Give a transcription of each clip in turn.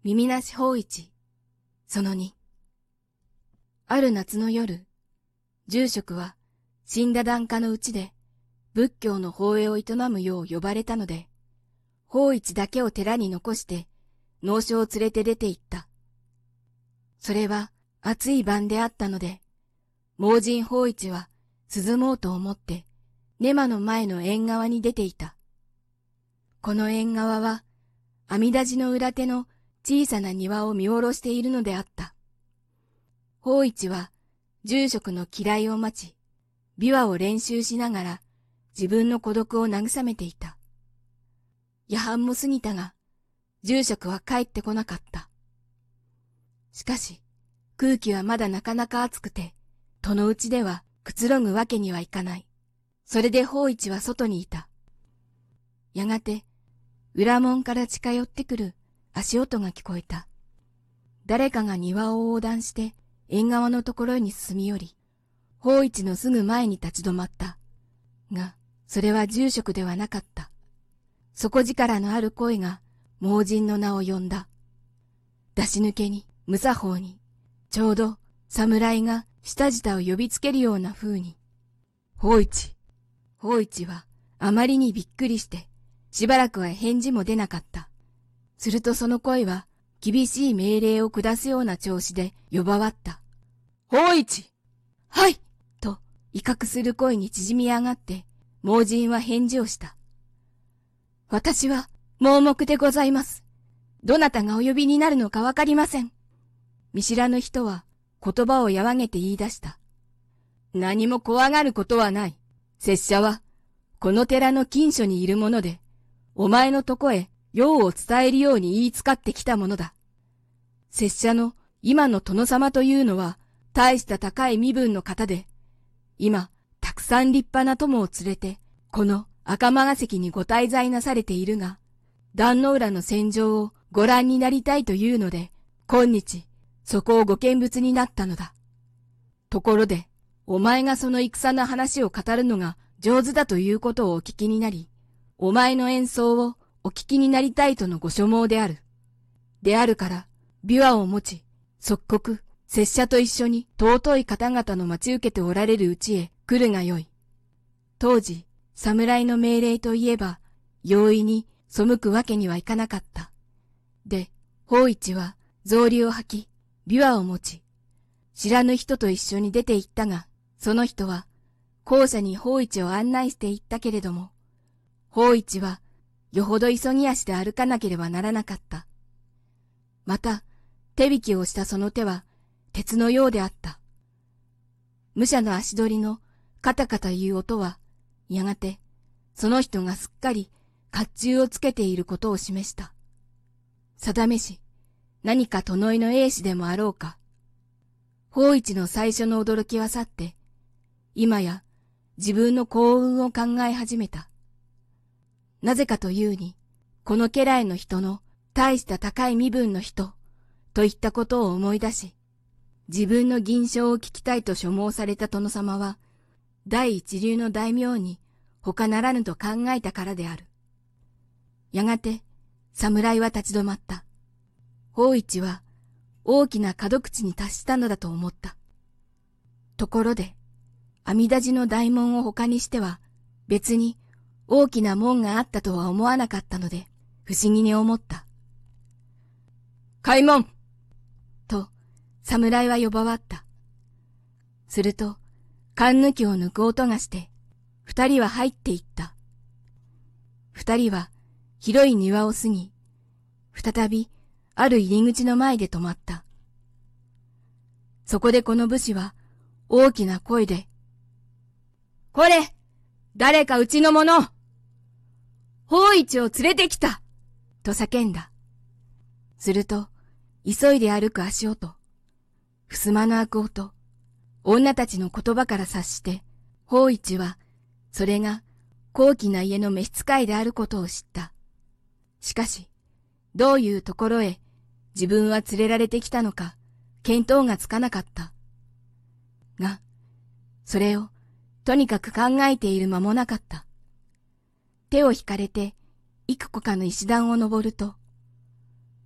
耳なし芳一、その2。ある夏の夜、住職は死んだ檀家のうちで仏教の法会を営むよう呼ばれたので、芳一だけを寺に残して農書を連れて出て行った。それは暑い晩であったので、盲人芳一は涼もうと思って根間の前の縁側に出ていた。この縁側は阿弥陀寺の裏手の小さな庭を見下ろしているのであった。芳一は住職の嫌いを待ち、琵琶を練習しながら自分の孤独を慰めていた。夜半も過ぎたが、住職は帰ってこなかった。しかし、空気はまだなかなか暑くて、戸の内ではくつろぐわけにはいかない。それで芳一は外にいた。やがて、裏門から近寄ってくる足音が聞こえた。誰かが庭を横断して縁側のところに進み寄り、芳一のすぐ前に立ち止まった。が、それは住職ではなかった。底力のある声が盲人の名を呼んだ。出し抜けに、無作法に、ちょうど侍が舌舌を呼びつけるような風に。芳一。芳一はあまりにびっくりして、しばらくは返事も出なかった。するとその声は厳しい命令を下すような調子で呼ばわった。芳一！はいと威嚇する声に縮み上がって、盲人は返事をした。私は盲目でございます。どなたがお呼びになるのかわかりません。見知らぬ人は言葉をやわげて言い出した。何も怖がることはない。拙者はこの寺の近所にいるもので、お前のとこへ用を伝えるように言いつかってきたものだ。拙者の今の殿様というのは大した高い身分の方で、今たくさん立派な友を連れてこの赤間ヶ関にご滞在なされているが、壇の浦の戦場をご覧になりたいというので、今日そこをご見物になったのだ。ところで、お前がその戦の話を語るのが上手だということをお聞きになり、お前の演奏をお聞きになりたいとのご所望である。であるから、琵琶を持ち、即刻、拙者と一緒に尊い方々の待ち受けておられるうちへ来るがよい。当時、侍の命令といえば、容易に背くわけにはいかなかった。で、芳一は草履を履き、琵琶を持ち、知らぬ人と一緒に出て行ったが、その人は、校舎に芳一を案内して行ったけれども、芳一は、よほど急ぎ足で歩かなければならなかった。また、手引きをしたその手は、鉄のようであった。武者の足取りのカタカタいう音は、やがて、その人がすっかり甲冑をつけていることを示した。定めし、何か殿井の英士でもあろうか。芳一の最初の驚きは去って、今や自分の幸運を考え始めた。なぜかというに、この家来の人の大した高い身分の人といったことを思い出し、自分の銀賞を聞きたいと所望された殿様は、第一流の大名に他ならぬと考えたからである。やがて、侍は立ち止まった。芳一は大きな角口に達したのだと思った。ところで、阿弥陀寺の大門を他にしては、別に大きな門があったとは思わなかったので、不思議に思った。開門と、侍は呼ばわった。すると、缶抜きを抜く音がして、二人は入っていった。二人は広い庭を過ぎ、再びある入り口の前で止まった。そこでこの武士は大きな声で、これ、誰かうちの者、芳一を連れてきたと叫んだ。すると、急いで歩く足音、襖の開く音、女たちの言葉から察して、芳一は、それが高貴な家の召使いであることを知った。しかし、どういうところへ自分は連れられてきたのか、見当がつかなかった。が、それをとにかく考えている間もなかった。手を引かれて、幾個かの石段を登ると、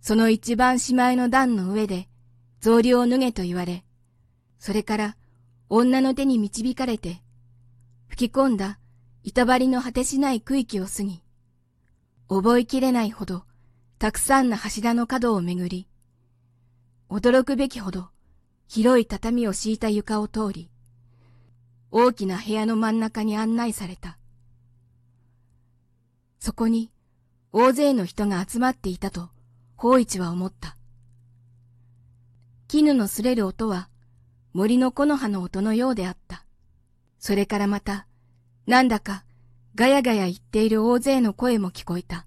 その一番しまいの段の上で草履を脱げと言われ、それから女の手に導かれて、吹き込んだ板張りの果てしない区域を過ぎ、覚えきれないほどたくさんの柱の角をめぐり、驚くべきほど広い畳を敷いた床を通り、大きな部屋の真ん中に案内された。そこに大勢の人が集まっていたと芳一は思った。絹の擦れる音は森の木の葉の音のようであった。それからまた、なんだかガヤガヤ言っている大勢の声も聞こえた。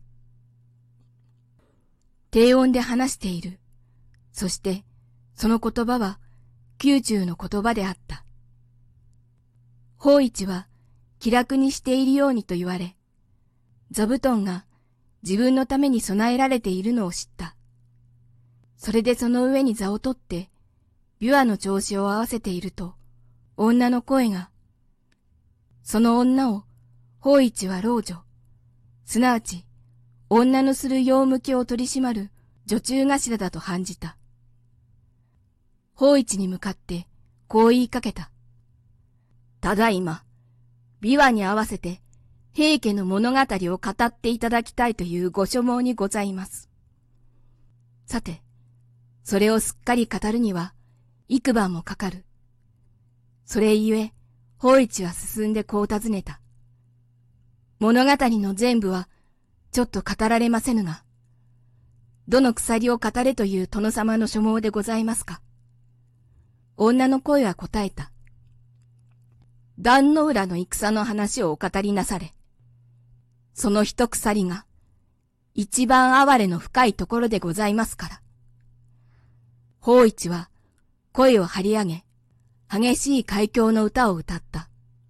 低音で話している。そしてその言葉は宮中の言葉であった。芳一は気楽にしているようにと言われ、座布団が自分のために備えられているのを知った。それでその上に座を取って、琵琶の調子を合わせていると、女の声が、その女を、芳一は老女、すなわち、女のする用向きを取り締まる女中頭だと判じた。芳一に向かって、こう言いかけた。ただいま、琵琶に合わせて、平家の物語を語っていただきたいというご所望にございます。さて、それをすっかり語るには、幾晩もかかる。それゆえ、芳一は進んでこう尋ねた。物語の全部は、ちょっと語られませぬが、どの鎖を語れという殿様の所望でございますか。女の声は答えた。壇の浦の戦の話をお語りなされ。その一鎖が、一番哀れの深いところでございますから。芳一は、声を張り上げ、激しい海峡の歌を歌った。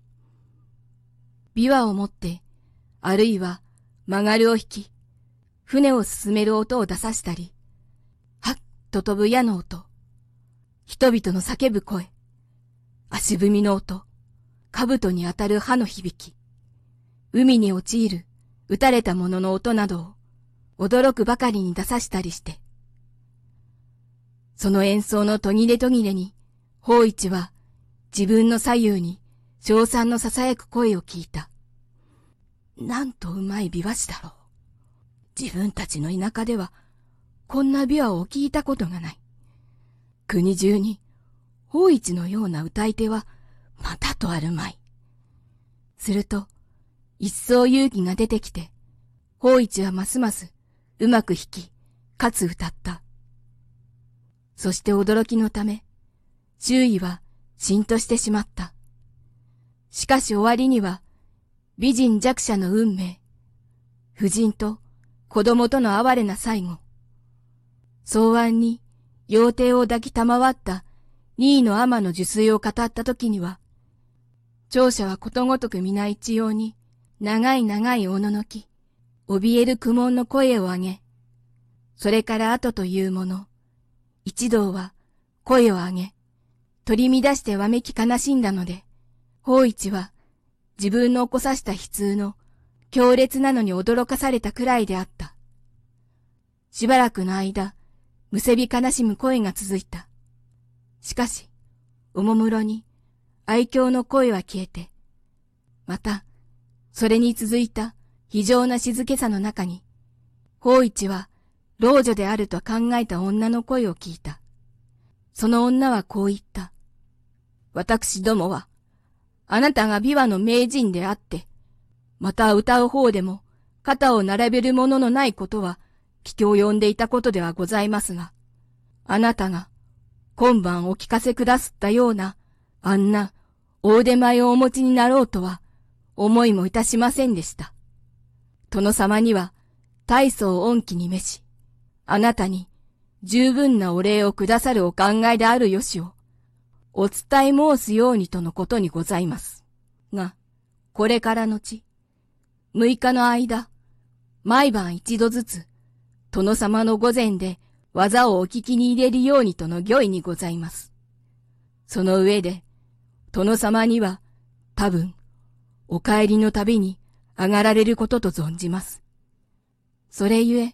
琵琶を持って、あるいは曲がるを引き、船を進める音を出さしたり、はっと飛ぶ矢の音、人々の叫ぶ声、足踏みの音、兜に当たる刃の響き、海に陥る撃たれたものの音などを驚くばかりに出さしたりして、その演奏の途切れ途切れに、芳一は自分の左右に称賛の囁く声を聞いた。なんとうまい琵琶師だろう。自分たちの田舎ではこんな琵琶を聞いたことがない。国中に芳一のような歌い手はまたとあるまい。すると一層勇気が出てきて、芳一はますますうまく弾き、かつ歌った。そして驚きのため、周囲はしんとしてしまった。しかし終わりには、美人弱者の運命、婦人と子供との哀れな最後、草案に妖帝を抱きたまわった二位の尼の受水を語ったときには、聴者はことごとく皆一様に、長い長いおののき、怯える苦悶の声を上げ、それから後というもの、一同は声を上げ、取り乱してわめき悲しんだので、芳一は自分の起こさした悲痛の強烈なのに驚かされたくらいであった。しばらくの間、むせび悲しむ声が続いた。しかし、おもむろに愛嬌の声は消えて、また、それに続いた非常な静けさの中に、芳一は老女であると考えた女の声を聞いた。その女はこう言った。私どもは、あなたが琵琶の名人であって、また歌う方でも肩を並べるもののないことは聞き及んでいたことではございますが、あなたが今晩お聞かせくだすったような、あんな大腕前をお持ちになろうとは思いもいたしませんでした。殿様には大層恩気に召し、あなたに十分なお礼をくださるお考えであるよしを、お伝え申すようにとのことにございます。が、これからのち、6日の間、毎晩一度ずつ、殿様の御前で技をお聞きに入れるようにとの御意にございます。その上で、殿様には、多分、お帰りのたびに上がられることと存じます。それゆえ、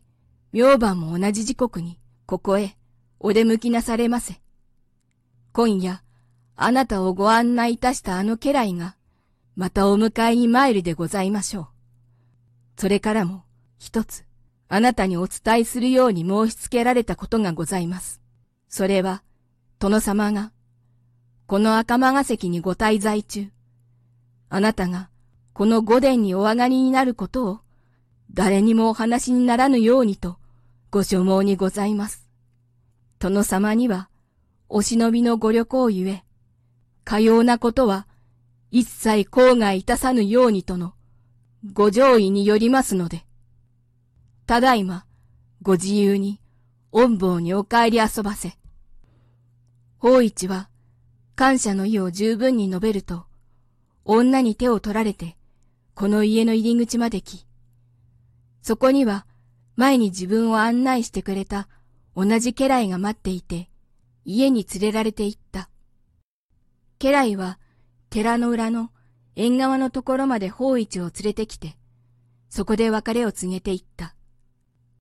明晩も同じ時刻にここへお出向きなされませ。今夜、あなたをご案内いたしたあの家来が、またお迎えに参るでございましょう。それからも、一つ、あなたにお伝えするように申し付けられたことがございます。それは、殿様が、この赤間ヶ関にご滞在中、あなたが、この御殿にお上がりになることを、誰にもお話にならぬようにと、ご所望にございます。殿様には、お忍びのご旅行ゆえ、かようなことは、一切口外いたさぬようにとの、ご上意によりますので、ただいま、ご自由に、御坊にお帰り遊ばせ。法一は、感謝の意を十分に述べると、女に手を取られて、この家の入り口まで来、そこには、前に自分を案内してくれた同じ家来が待っていて、家に連れられて行った。家来は、寺の裏の縁側のところまで法一を連れてきて、そこで別れを告げて行った。